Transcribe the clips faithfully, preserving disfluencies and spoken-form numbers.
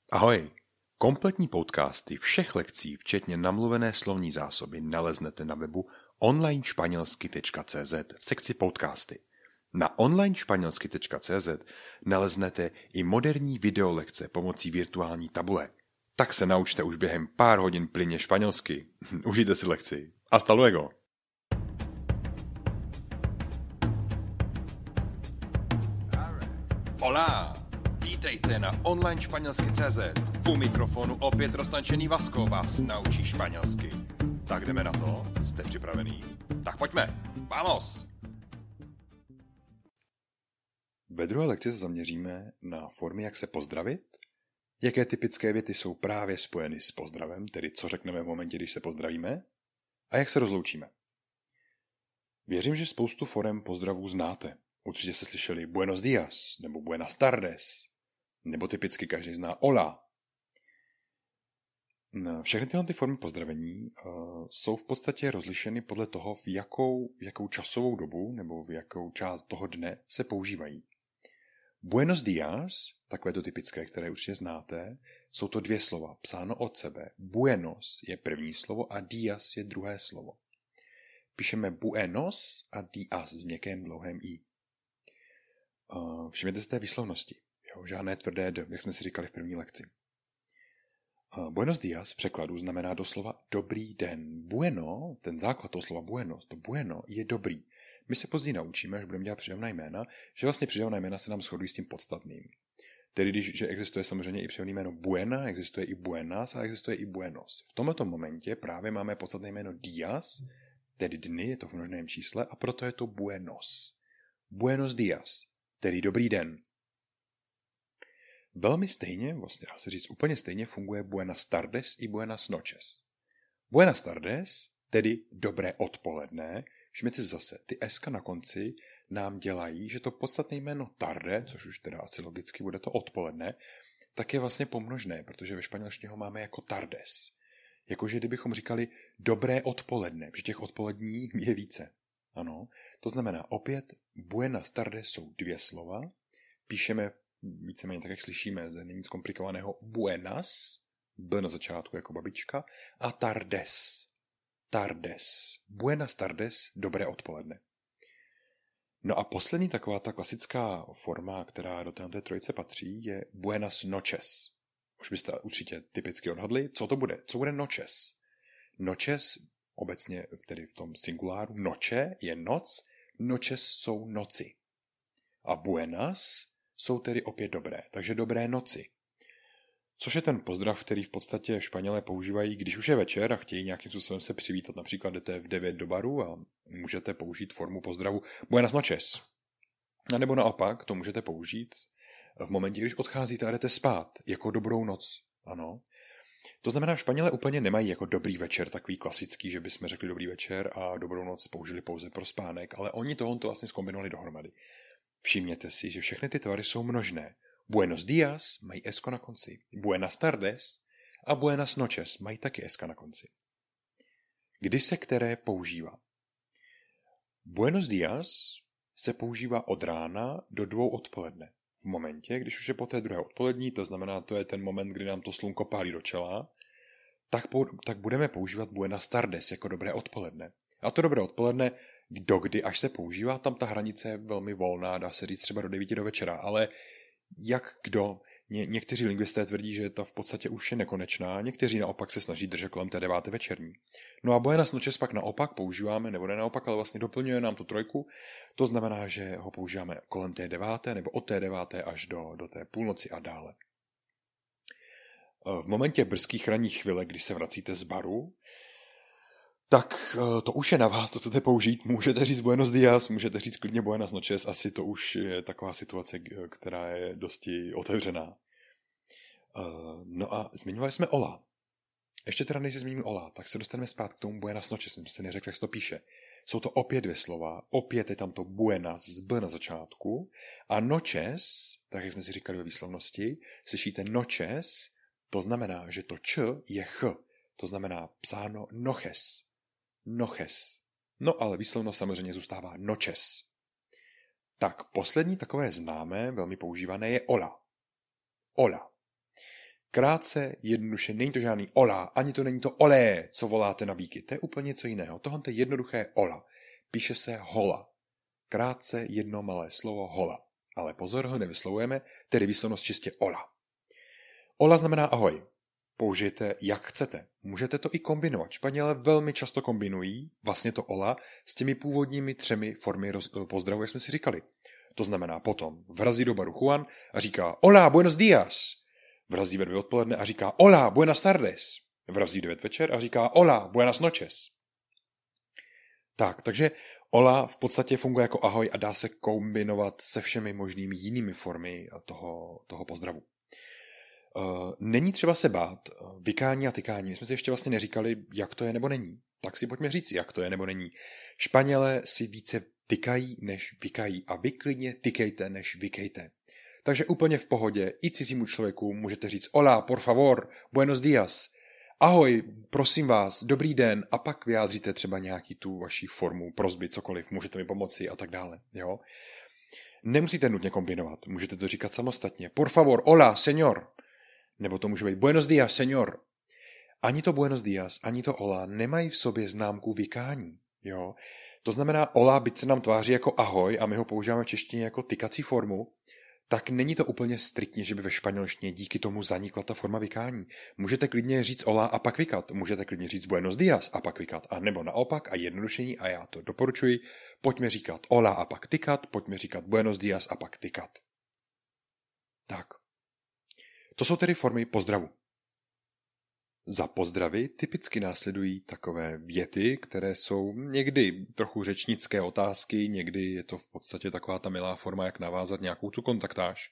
Ahoj! Kompletní podcasty všech lekcí, včetně namluvené slovní zásoby, naleznete na webu online španělsky tečka cé zet v sekci podcasty. Na online španělsky tečka cé zet naleznete i moderní videolekce pomocí virtuální tabule. Tak se naučte už během pár hodin plynně španělsky. Užijte si lekci. Hasta luego! Hola! Vítejte na online španělsky tečka cé zet. U mikrofonu opět roztančený Vasko vás naučí španělsky. Tak jdeme na to? Jste připravený? Tak pojďme! Vamos! Ve druhé lekci se zaměříme na formy, jak se pozdravit, jaké typické věty jsou právě spojeny s pozdravem, tedy co řekneme v momentě, když se pozdravíme, a jak se rozloučíme. Věřím, že spoustu forem pozdravů znáte. Určitě jste slyšeli buenos días, nebo buenas tardes, nebo typicky každý zná hola. Všechny tyhle ty formy pozdravení uh, jsou v podstatě rozlišeny podle toho, v jakou, v jakou časovou dobu nebo v jakou část toho dne se používají. Buenos días, takové to typické, které určitě znáte, jsou to dvě slova, psáno od sebe. Buenos je první slovo a días je druhé slovo. Píšeme buenos a días s měkkém dlouhém i. Uh, všimněte si té výslovnosti. Jo, žádné tvrdé d, jak jsme si říkali v první lekci. Uh, buenos días v překladu znamená doslova dobrý den. Bueno, ten základ toho slova buenos, to bueno je dobrý. My se později naučíme, až budeme dělat přidavná jména, že vlastně přidavná jména se nám shodují s tím podstatným. Tedy když že existuje samozřejmě i přidavné jméno buena, existuje i buenas a existuje i buenos. V tomto momentě právě máme podstatné jméno días, tedy dny, je to v množném čísle, a proto je to buenos. Buenos días, tedy dobrý den. Velmi stejně, vlastně dá se říct úplně stejně, funguje buenas tardes i buenas noches. Buenas tardes, tedy dobré odpoledne, všimněte zase, ty eska na konci nám dělají, že to podstatné jméno tarde, což už teda asi logicky bude to odpoledne, tak je vlastně pomnožné, protože ve španělštině ho máme jako tardes. Jakože kdybychom říkali dobré odpoledne, protože těch odpolední je více. Ano, to znamená opět buenas tardes jsou dvě slova, píšeme víceméně tak, jak slyšíme, není nic komplikovaného, buenas, b na začátku jako babička, a tardes, tardes, buenas tardes, dobré odpoledne. No a poslední taková ta klasická forma, která do této trojice patří, je buenas noches. Už byste určitě typicky odhadli, co to bude, co bude noches. Noches, obecně tedy v tom singuláru, noche je noc, noches jsou noci. A buenas jsou tedy opět dobré, takže dobré noci. Což je ten pozdrav, který v podstatě Španělé používají, když už je večer a chtějí nějakým způsobem se přivítat. Například jdete v devět do baru a můžete použít formu pozdravu buenas noches. A nebo naopak, to můžete použít v momentě, když odcházíte a jdete spát, jako dobrou noc. Ano. To znamená, Španělé úplně nemají jako dobrý večer, takový klasický, že bychom řekli dobrý večer a dobrou noc použili pouze pro spánek, ale oni tohle to vlastně zkombinovali dohromady. Všimněte si, že všechny ty tvary jsou množné. Buenos días mají esko na konci. Buenas tardes a buenas noches mají taky eska na konci. Kdy se které používá? Buenos días se používá od rána do dvou odpoledne. V momentě, když už je po té druhé odpolední, to znamená, to je ten moment, kdy nám to slunko pálí do čela, tak, po, tak budeme používat buenas tardes jako dobré odpoledne. A to dobré odpoledne, dokdy až se používá, tam ta hranice je velmi volná, dá se říct třeba do devíti do večera, ale jak kdo? Ně, někteří lingvisté tvrdí, že ta v podstatě už je nekonečná, někteří naopak se snaží držet kolem té deváté večerní. No a buenas noches pak naopak používáme, nebo ne naopak, ale vlastně doplňuje nám tu trojku, to znamená, že ho používáme kolem té deváté, nebo od té deváté až do, do té půlnoci a dále. V momentě brzkých ranních chvíle, když se vracíte z baru, tak to už je na vás, co chcete použít. Můžete říct buenos días, můžete říct klidně buenas noches, asi to už je taková situace, která je dosti otevřená. No a zmiňovali jsme hola. Ještě teda, než se zmíním hola, tak se dostaneme zpátky k tomu buenas noches, jsem si neřekl, jak se to píše. Jsou to opět dvě slova, opět je tam to buenas z b na začátku a noches, tak jak jsme si říkali ve výslovnosti, slyšíte noches, to znamená, že to č je ch, to znamená psáno noches. Noches. No ale výslovnost samozřejmě zůstává noches. Tak poslední takové známé, velmi používané je hola. Hola. Krátce, jednoduše, není to žádný ola, ani to není to olé, co voláte na bíky. To je úplně něco jiného. Tohle je jednoduché ola. Píše se hola. Krátce jedno malé slovo hola. Ale pozor, ho nevyslovujeme, tedy výslovnost čistě ola. Ola znamená ahoj. Použijete jak chcete. Můžete to i kombinovat. Španělé velmi často kombinují vlastně to ola s těmi původními třemi formy roz- pozdravu, jak jsme si říkali. To znamená potom vrazí do baru Juan a říká hola, buenos días. Vrazí ve dvě odpoledne a říká hola, buenas tardes. Vrazí devět večer a říká hola, buenas noches. Tak, takže hola v podstatě funguje jako ahoj a dá se kombinovat se všemi možnými jinými formy toho, toho pozdravu. Uh, není třeba se bát vykání a tykání. My jsme si ještě vlastně neříkali, jak to je nebo není. Tak si pojďme říct, jak to je nebo není. Španělé si více tykají, než vykají. A vy klidně tykejte, než vykejte. Takže úplně v pohodě i cizímu člověku můžete říct hola, por favor, buenos días, ahoj, prosím vás, dobrý den a pak vyjádříte třeba nějaký tu vaši formu, prosby, cokoliv, můžete mi pomoci a tak dále. Jo? Nemusíte nutně kombinovat, můžete to říkat samostatně. Por favor, hola, señor. Nebo to může být buenos días, señor. Ani to buenos días, ani to hola nemají v sobě známku vykání. Jo? To znamená hola, byť se nám tváří jako ahoj a my ho používáme v češtině jako tykací formu, tak není to úplně striktně, že by ve španělštině díky tomu zanikla ta forma vykání. Můžete klidně říct hola a pak vykat. Můžete klidně říct buenos días a pak vykat. A nebo naopak a jednodušení, a já to doporučuji, pojďme říkat hola a pak tykat, pojďme říkat buenos días a pak tykat. Tak. To jsou tedy formy pozdravu. Za pozdravy typicky následují takové věty, které jsou někdy trochu řečnické otázky, někdy je to v podstatě taková ta milá forma, jak navázat nějakou tu kontaktáž.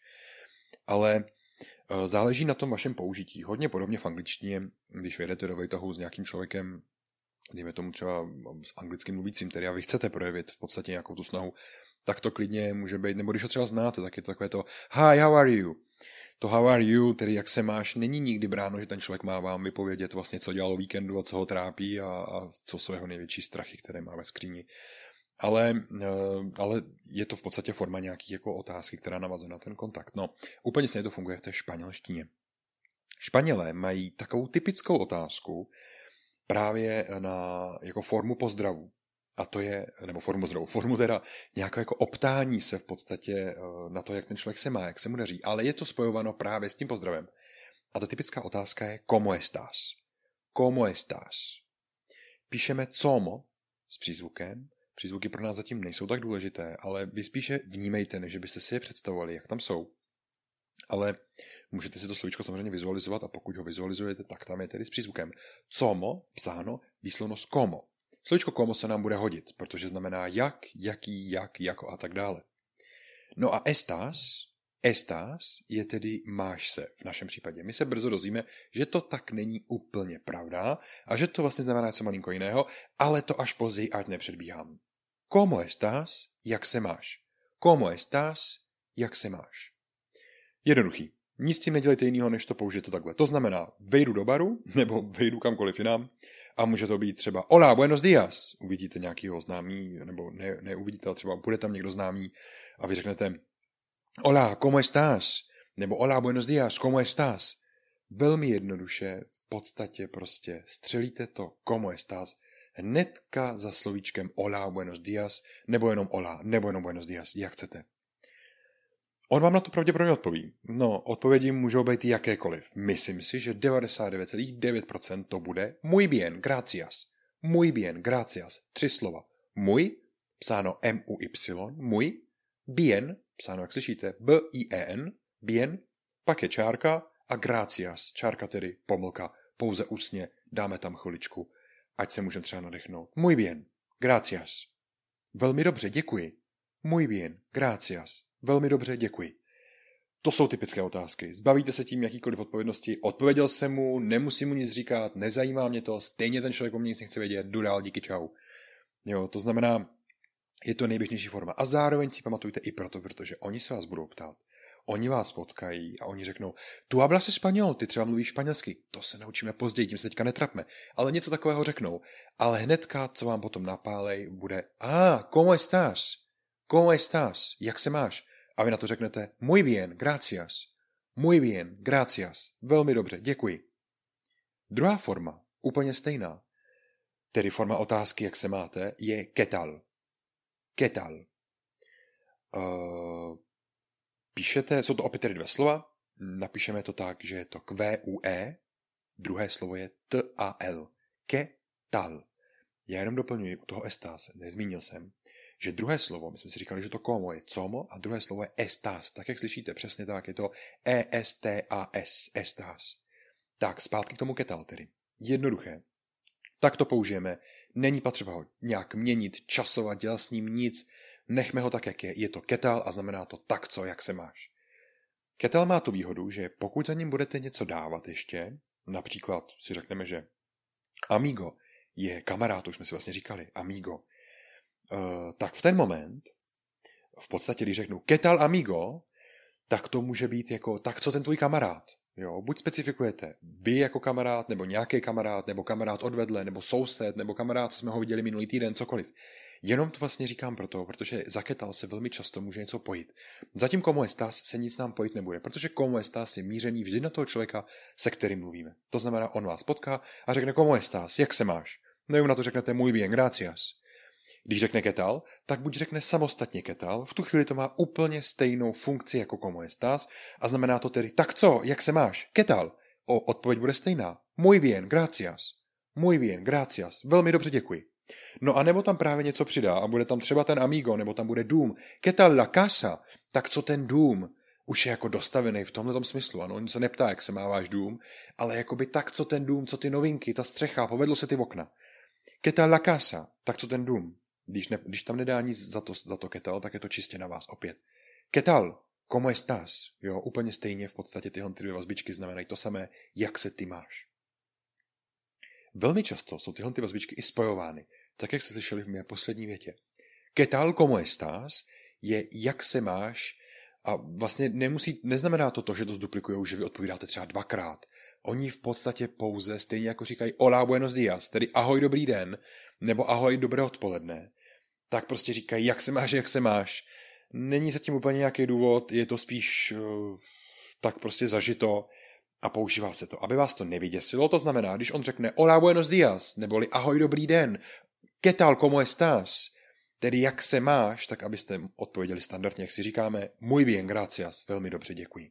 Ale záleží na tom vašem použití. Hodně podobně v angličtině, když vyjedete do výtahu s nějakým člověkem, dejme tomu třeba s anglickým mluvícím, tedy a vy chcete projevit v podstatě nějakou tu snahu, tak to klidně může být, nebo když ho třeba znáte, tak je to takové to hi, how are you? To how are you, tedy jak se máš, není nikdy bráno, že ten člověk má vám vypovědět vlastně, co dělal o víkendu a co ho trápí a, a co jsou jeho největší strachy, které má ve skříni. Ale, ale je to v podstatě forma nějakých jako otázky, která navazuje na ten kontakt. No, úplně stejně to funguje v té španělštině. Španělé mají takovou typickou otázku právě na jako formu pozdravu. A to je, nebo formu pozdravu, formu teda nějaké jako optání se v podstatě na to, jak ten člověk se má, jak se mu daří. Ale je to spojováno právě s tím pozdravem. A ta typická otázka je ¿Cómo estás? ¿Cómo estás? Píšeme como s přízvukem. Přízvuky pro nás zatím nejsou tak důležité, ale vy spíše vnímejte, než byste si je představovali, jak tam jsou. Ale můžete si to slovíčko samozřejmě vizualizovat a pokud ho vizualizujete, tak tam je tedy s přízvukem. Como, psáno, výslovnost como. Slovíčko como se nám bude hodit, protože znamená jak, jaký, jak, jako a tak dále. No a estás, estás je tedy máš se v našem případě. My se brzo dozvíme, že to tak není úplně pravda a že to vlastně znamená něco malinko jiného, ale to až později, ať nepředbíhám. ¿Cómo estás? Jak se máš? ¿Cómo estás? Jak se máš? Jednoduchý. Nic tím nedělejte jinýho, než to použijete takhle. To znamená, vejdu do baru, nebo vejdu kamkoliv jinam a může to být třeba hola, buenos días. Uvidíte nějakýho známý, nebo ne, neuvidíte, ale třeba bude tam někdo známý a vy řeknete hola, ¿cómo estás? Nebo hola, buenos días, ¿cómo estás? Velmi jednoduše, v podstatě prostě střelíte to ¿cómo estás? Hnedka za slovíčkem hola, buenos días, nebo jenom hola, nebo jenom buenos días, jak chcete. On vám na to pravděpodobně odpoví. No, odpovědi můžou být jakékoliv. Myslím si, že devadesát devět celá devět procent to bude muy bien, gracias. Muy bien, gracias. Tři slova. Muy, psáno M U Y, muy, bien, psáno jak slyšíte, B I E N, bien, pak je čárka a gracias, čárka tedy pomlka, pouze ústně, dáme tam chviličku, ať se můžeme třeba nadechnout. Muy bien, gracias. Velmi dobře, děkuji. Muy bien, gracias. Velmi dobře, děkuji. To jsou typické otázky. Zbavíte se tím jakýkoliv odpovědnosti. Odpověděl jsem mu, nemusím mu nic říkat, nezajímá mě to, stejně ten člověk o mě nic nechce vědět, jdu dál, díky, čau. Jo, to znamená, je to nejběžnější forma. A zároveň si pamatujte i proto, protože oni se vás budou ptát. Oni vás potkají a oni řeknou, tu hablas español, ty třeba mluvíš španělsky, to se naučíme později, tím se teďka netrapme. Ale něco takového řeknou. Ale hnedka, co vám potom napálej, bude, ah, ¿cómo estás? ¿Cómo estás? Jak se máš? A vy na to řeknete, muy bien, gracias. Muy bien, gracias. Velmi dobře, děkuji. Druhá forma, úplně stejná, tedy forma otázky, jak se máte, je ¿qué tal? ¿Qué tal? Uh, píšete, jsou to opět tedy dvě slova, napíšeme to tak, že je to Q U E, druhé slovo je T A L. ¿Qué tal? Já jenom doplňuji u toho estás, nezmínil jsem, že druhé slovo, my jsme si říkali, že to como je como a druhé slovo je estás. Tak, jak slyšíte, přesně tak, je to E S T A S, estás. Tak, zpátky k tomu ketal tedy. Jednoduché. Tak to použijeme. Není potřeba ho nějak měnit, časovat, dělat s ním nic. Nechme ho tak, jak je. Je to ketal a znamená to tak, co, jak se máš. Ketal má tu výhodu, že pokud za ním budete něco dávat ještě, například si řekneme, že amigo je kamarád, to už jsme si vlastně říkali, amigo, uh, tak v ten moment, v podstatě, když řeknu ketal amigo, tak to může být jako, tak co ten tvůj kamarád? Jo, buď specifikujete vy jako kamarád, nebo nějaký kamarád, nebo kamarád odvedle, nebo soused, nebo kamarád, co jsme ho viděli minulý týden, cokoliv. Jenom to vlastně říkám proto, protože za ketal se velmi často může něco pojit. Zatím como estás se nic nám pojit nebude, protože como estás je mířený vždy na toho člověka, se kterým mluvíme. To znamená, on vás potká a řekne como estás, jak se máš? No na to řeknete muy bien, gracias. Když řekne ketal, tak buď řekne samostatně ketal, v tu chvíli to má úplně stejnou funkci jako como estás a znamená to tedy tak co, jak se máš? Ketal. O, odpověď bude stejná. Muy bien, gracias. Muy bien, gracias. Velmi dobře, děkuji. No a nebo tam právě něco přidá a bude tam třeba ten amigo, nebo tam bude dům. Ketal la casa? Tak co ten dům? Už je jako dostavený v tomhletom smyslu. Ano, on se neptá, jak se má váš dům, ale jakoby tak co ten dům, co ty novinky, ta střecha, povedlo se ty okna. Ketal la casa? Tak co ten dům? Když, ne, když tam nedá nic za to, za to ketal, tak je to čistě na vás opět. Ketal, como estás? Jo, úplně stejně v podstatě tyhle ty dvě vazbičky znamenají to samé, jak se ty máš. Velmi často jsou tyhle ty vazbičky i spojovány, tak jak jste slyšeli v mé poslední větě. Ketal, como estás? Je jak se máš a vlastně nemusí, neznamená to to, že to zduplikujou, že vy odpovídáte třeba dvakrát. Oni v podstatě pouze, stejně jako říkají hola, buenos días, tedy ahoj, dobrý den, nebo ahoj, dobré odpoledne, tak prostě říkají, jak se máš, jak se máš. Není zatím úplně nějaký důvod, je to spíš uh, tak prostě zažito a používá se to. Aby vás to nevyděsilo, to znamená, když on řekne hola, buenos días, neboli ahoj, dobrý den, ¿qué tal, como estás? Tedy jak se máš, tak abyste odpověděli standardně, jak si říkáme, muy bien, gracias, velmi dobře, děkuji.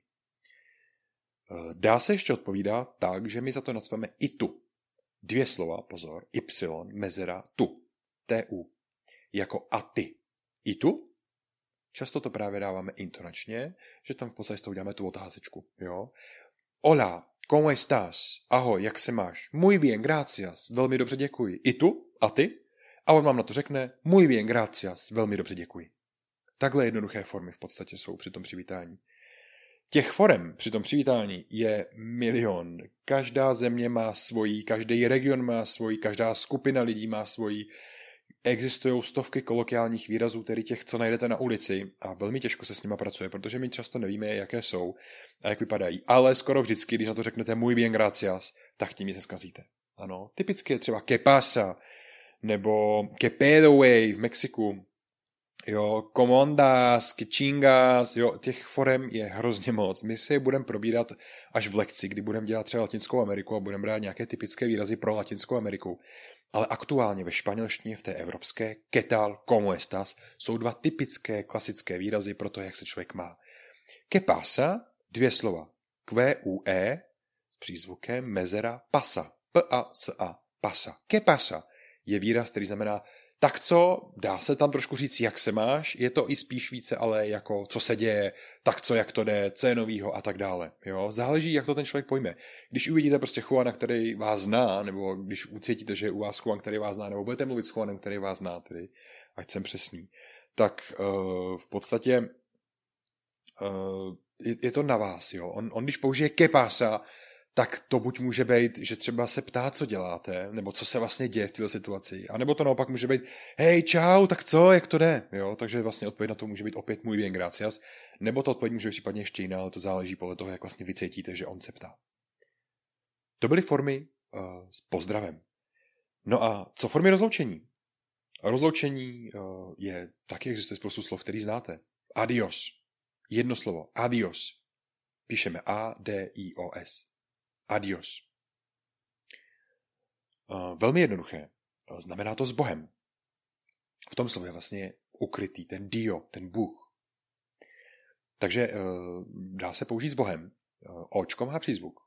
Dá se ještě odpovídat tak, že my za to nacpeme i tu. Dvě slova, pozor, y, mezera, tu, tu, jako a ty. I tu? Často to právě dáváme intonačně, že tam v podstatě s tou dáme tu otázečku. Jo? Hola, ¿cómo estás? Ahoj, jak se máš? Muy bien, gracias, velmi dobře, děkuji. I tu? A ty? A on vám na to řekne, muy bien, gracias, velmi dobře, děkuji. Takhle jednoduché formy v podstatě jsou při tom přivítání. Těch forem při tom přivítání je milion. Každá země má svoji, každý region má svoji, každá skupina lidí má svoji. Existují stovky kolokviálních výrazů, tedy těch, co najdete na ulici a velmi těžko se s nima pracuje, protože my často nevíme, jaké jsou a jak vypadají. Ale skoro vždycky, když na to řeknete muy bien, gracias, tak tím se zkazíte. Ano, typicky je třeba que pasa, nebo que pedo, wey, v Mexiku. Jo, comondas, kichingas, jo, těch forem je hrozně moc. My si je budeme probírat až v lekci, kdy budeme dělat třeba Latinskou Ameriku a budeme brát nějaké typické výrazy pro Latinskou Ameriku. Ale aktuálně ve španělštině, v té evropské, ¿qué tal, como estás, jsou dva typické klasické výrazy pro to, jak se člověk má. Que pasa, dvě slova. Q U E s přízvukem mezera pasa. P A S A. Pasa. Que pasa je výraz, který znamená tak co, dá se tam trošku říct, jak se máš, je to i spíš více, ale jako co se děje, tak co, jak to jde, co je novýho a tak dále. Jo? Záleží, jak to ten člověk pojme. Když uvidíte prostě Juana, který vás zná, nebo když ucítíte, že je u vás Juan, který vás zná, nebo budete mluvit s Juanem, který vás zná, tedy, ať jsem přesný, tak uh, v podstatě uh, je, je to na vás. Jo? On, on když použije que pasa, tak to buď může být, že třeba se ptá, co děláte, nebo co se vlastně děje v této situaci, a nebo to naopak může být, hej, čau, tak co, jak to jde, jo, takže vlastně odpověď na to může být opět muy bien, gracias, nebo to odpověď může být případně ještě jiná, ale to záleží podle toho, jak vlastně vycítíte, že on se ptá. To byly formy uh, s pozdravem. No a co formy rozloučení? Rozloučení uh, je, taky existuje spoustu slov, který znáte. Adios. Jedno slovo. Adios. Píšeme A D I O S. Adios. Uh, velmi jednoduché. Znamená to s Bohem. V tom slově vlastně ukrytý ten Dio, ten Bůh. Takže uh, dá se použít s Bohem. Uh, Očko má přízvuk.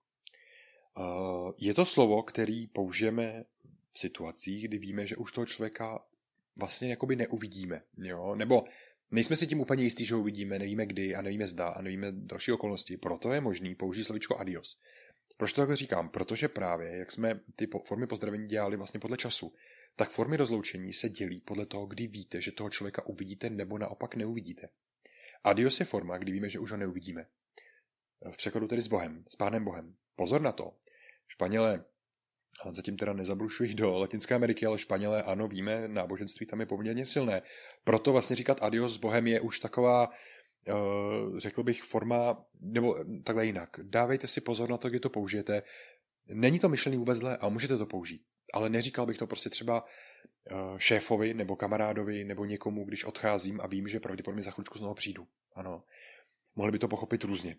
Uh, je to slovo, který použijeme v situacích, kdy víme, že už toho člověka vlastně jakoby neuvidíme. Jo? Nebo nejsme si tím úplně jistí, že ho uvidíme, nevíme kdy a nevíme zda a nevíme další okolnosti. Proto je možný použít slovíčko adios. Proč to takhle říkám? Protože právě, jak jsme ty formy pozdravení dělali vlastně podle času, tak formy rozloučení se dělí podle toho, kdy víte, že toho člověka uvidíte nebo naopak neuvidíte. Adios je forma, kdy víme, že už ho neuvidíme. V překladu tedy s Bohem, s Pánem Bohem. Pozor na to. Španělé, a zatím teda nezabrušují do Latinské Ameriky, ale Španělé, ano, víme, náboženství tam je poměrně silné. Proto vlastně říkat adios s Bohem je už taková, řekl bych, forma, nebo takhle jinak. Dávejte si pozor na to, kdy to použijete. Není to myšlený vůbec zle a můžete to použít. Ale neříkal bych to prostě třeba šéfovi nebo kamarádovi nebo někomu, když odcházím a vím, že pravděpodobně za chvíličku znovu přijdu. Ano. Mohli by to pochopit různě.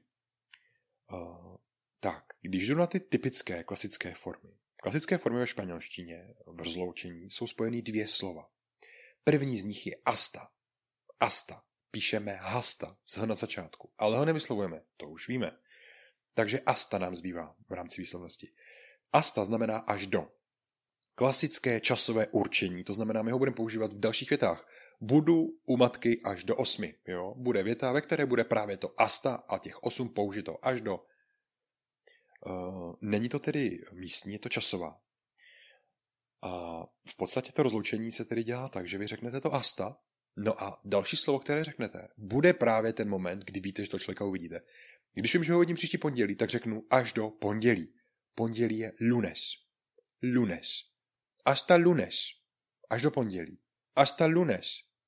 Uh, tak, když jdu na ty typické klasické formy. Klasické formy ve španělštině v rozloučení jsou spojeny dvě slova. První z nich je hasta. Hasta. Píšeme hasta z h na začátku, ale ho nevyslovujeme, to už víme. Takže hasta nám zbývá v rámci výslovnosti. Hasta znamená až do. Klasické časové určení, to znamená, my ho budeme používat v dalších větách. Budu u matky až do osmi. Jo? Bude věta, ve které bude právě to hasta a těch osm použito až do. Uh, není to tedy místní, je to časová. A v podstatě to rozloučení se tedy dělá tak, že vy řeknete to hasta, no a další slovo, které řeknete, bude právě ten moment, kdy víte, že to člověka uvidíte. Když vím, že ho uvidím příští pondělí, tak řeknu až do pondělí. Pondělí je lunes. Lunes. Hasta lunes. Až do pondělí. Hasta lunes.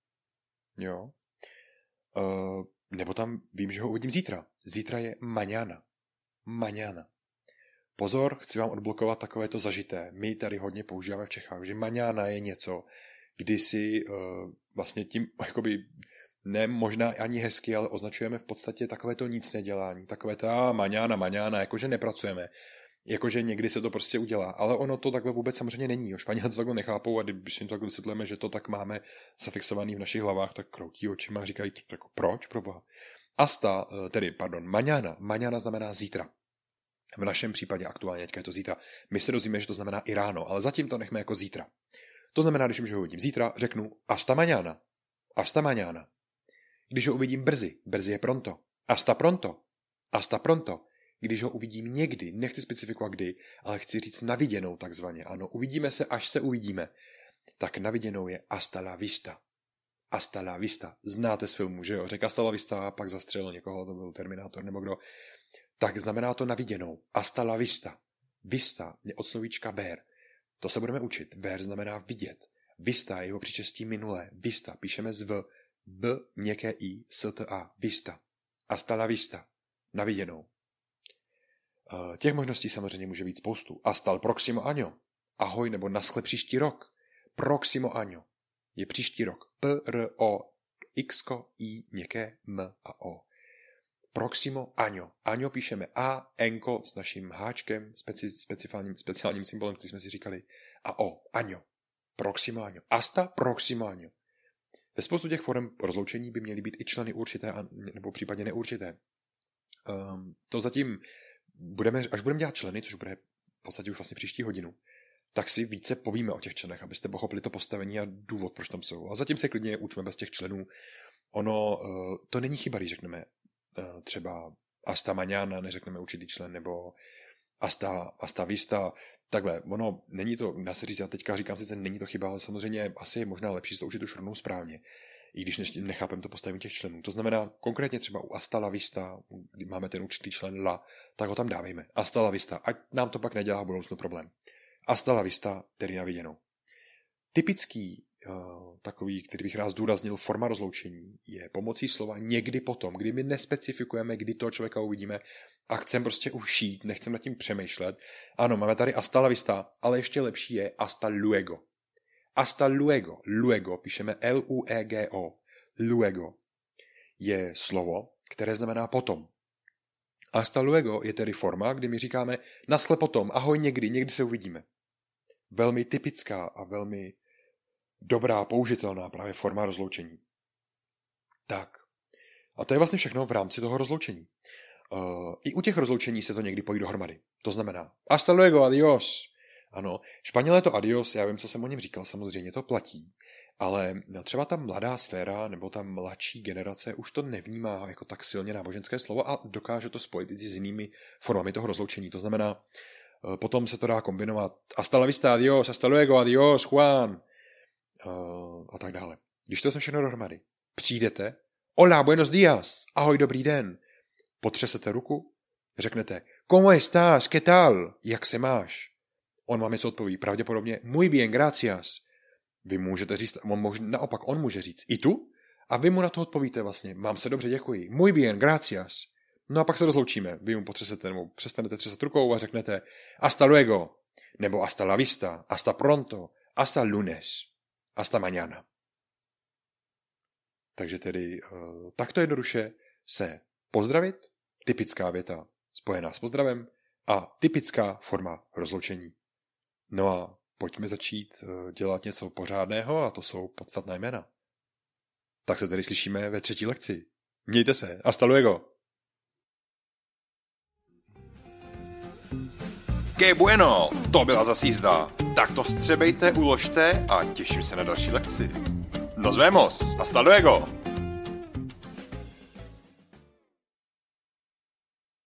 Jo. Uh, nebo tam vím, že ho uvidím zítra. Zítra je mañana. Mañana. Pozor, chci vám odblokovat takovéto zažité. My tady hodně používáme v Čechách, že mañana je něco, kdy si uh, vlastně tím, jakoby, ne možná ani hezky, ale označujeme v podstatě takovéto nic nedělání. Takové to, a mañana, mañana, jakože nepracujeme. Jakože někdy se to prostě udělá, ale ono to takhle vůbec samozřejmě není. Jo. Španělé to takhle nechápou a když jim to takhle vysvětlujeme, že to tak máme zafixovaný v našich hlavách, tak kroutí očima a říkají, jako, proč, proboha. Hasta, tedy, pardon, mañana, mañana znamená zítra. V našem případě aktuálně teďka je to zítra. My se dozvíme, že to znamená i ráno, ale zatím to nechme jako zítra. To znamená, když už ho uvidím zítra, řeknu hasta mañana, hasta mañana. Když ho uvidím brzy, brzy je pronto, hasta pronto, hasta pronto. Když ho uvidím někdy, nechci specifikovat kdy, ale chci říct naviděnou takzvaně. Ano, uvidíme se, až se uvidíme. Tak naviděnou je hasta la vista. Hasta la vista. Znáte z filmu, že jo? Řekl hasta la vista a pak zastřelil někoho, to byl Terminátor nebo kdo. Tak znamená to naviděnou. Hasta la vista. Vista je od slovíčka ver. To se budeme učit. Ver znamená vidět. Vista je jeho příčestí minulé. Vista píšeme z v. B, měkké i, s, t, a. Vista. Hasta la vista. Naviděnou. Těch možností samozřejmě může být spoustu. Hasta el próximo año. Ahoj nebo naschle příští rok. Próximo año. Je příští rok. P, R, O, X, I, měkké, M a O. Próximo año. Año píšeme A, enko s naším háčkem, speci, speciálním, speciálním symbolem, který jsme si říkali. A O. Año. Próximo año. Hasta próximo año. Ve spoustu těch forem rozloučení by měly být i členy určité nebo případně neurčité. Um, to zatím budeme, až budeme dělat členy, což bude v podstatě už vlastně příští hodinu, tak si více povíme o těch členech, abyste pochopili to postavení a důvod, proč tam jsou. A zatím se klidně učíme bez těch členů. Ono, to není chyba, když řekneme třeba hasta mañana, neřekneme určitý člen, nebo hasta, hasta vista, takhle. Ono, není to, dá se říct, já teďka říkám sice, není to chyba, ale samozřejmě asi je možná lepší to učit už rovnou správně, i když nechápem to postavení těch členů. To znamená, konkrétně třeba u hasta la vista, kdy máme ten určitý člen la, tak ho tam dávejme. Hasta la vista, ať nám to pak nedělá v budoucnu problém. Hasta la vista, tedy na viděnou. Typický uh, takový, který bych rád zdůraznil, forma rozloučení je pomocí slova někdy potom, kdy my nespecifikujeme, kdy toho člověka uvidíme a chceme prostě ušít, nechceme nad tím přemýšlet. Ano, máme tady hasta la vista, ale ještě lepší je hasta luego. Hasta luego, luego, píšeme L U E G O, luego, je slovo, které znamená potom. Hasta luego je tedy forma, kdy my říkáme naschle potom, ahoj někdy, někdy se uvidíme. Velmi typická a velmi dobrá, použitelná právě forma rozloučení. Tak. A to je vlastně všechno v rámci toho rozloučení. Uh, I u těch rozloučení se to někdy pojí dohromady. To znamená hasta luego, adios. Ano, Španělé to adios, já vím, co jsem o něm říkal, samozřejmě to platí. Ale třeba ta mladá sféra nebo ta mladší generace už to nevnímá jako tak silně náboženské slovo a dokáže to spojit i s jinými formami toho rozloučení. To znamená, potom se to dá kombinovat hasta la vista, adios, hasta luego, adios, Juan a tak dále. Když to jsem všechno dohromady, přijdete, hola, buenos días, ahoj, dobrý den, potřesete ruku, řeknete, ¿cómo estás, qué tal, jak se máš? On vám něco odpoví, pravděpodobně, muy bien, gracias. Vy můžete říct, on může, naopak on může říct i tu a vy mu na to odpovíte vlastně, mám se dobře, děkuji, muy bien, gracias. No a pak se rozloučíme, vy mu potřesete nebo přestanete třesat rukou a řeknete hasta luego, nebo hasta la vista, hasta pronto, hasta lunes, hasta mañana. Takže tedy takto jednoduše se pozdravit, typická věta spojená s pozdravem a typická forma rozloučení. No a pojďme začít dělat něco pořádného a to jsou podstatná jména. Tak se tedy slyšíme ve třetí lekci. Mějte se, hasta luego. Que bueno, to byla zas jízda. Tak to vstřebejte, uložte a těším se na další lekci. Nos vemos, hasta luego.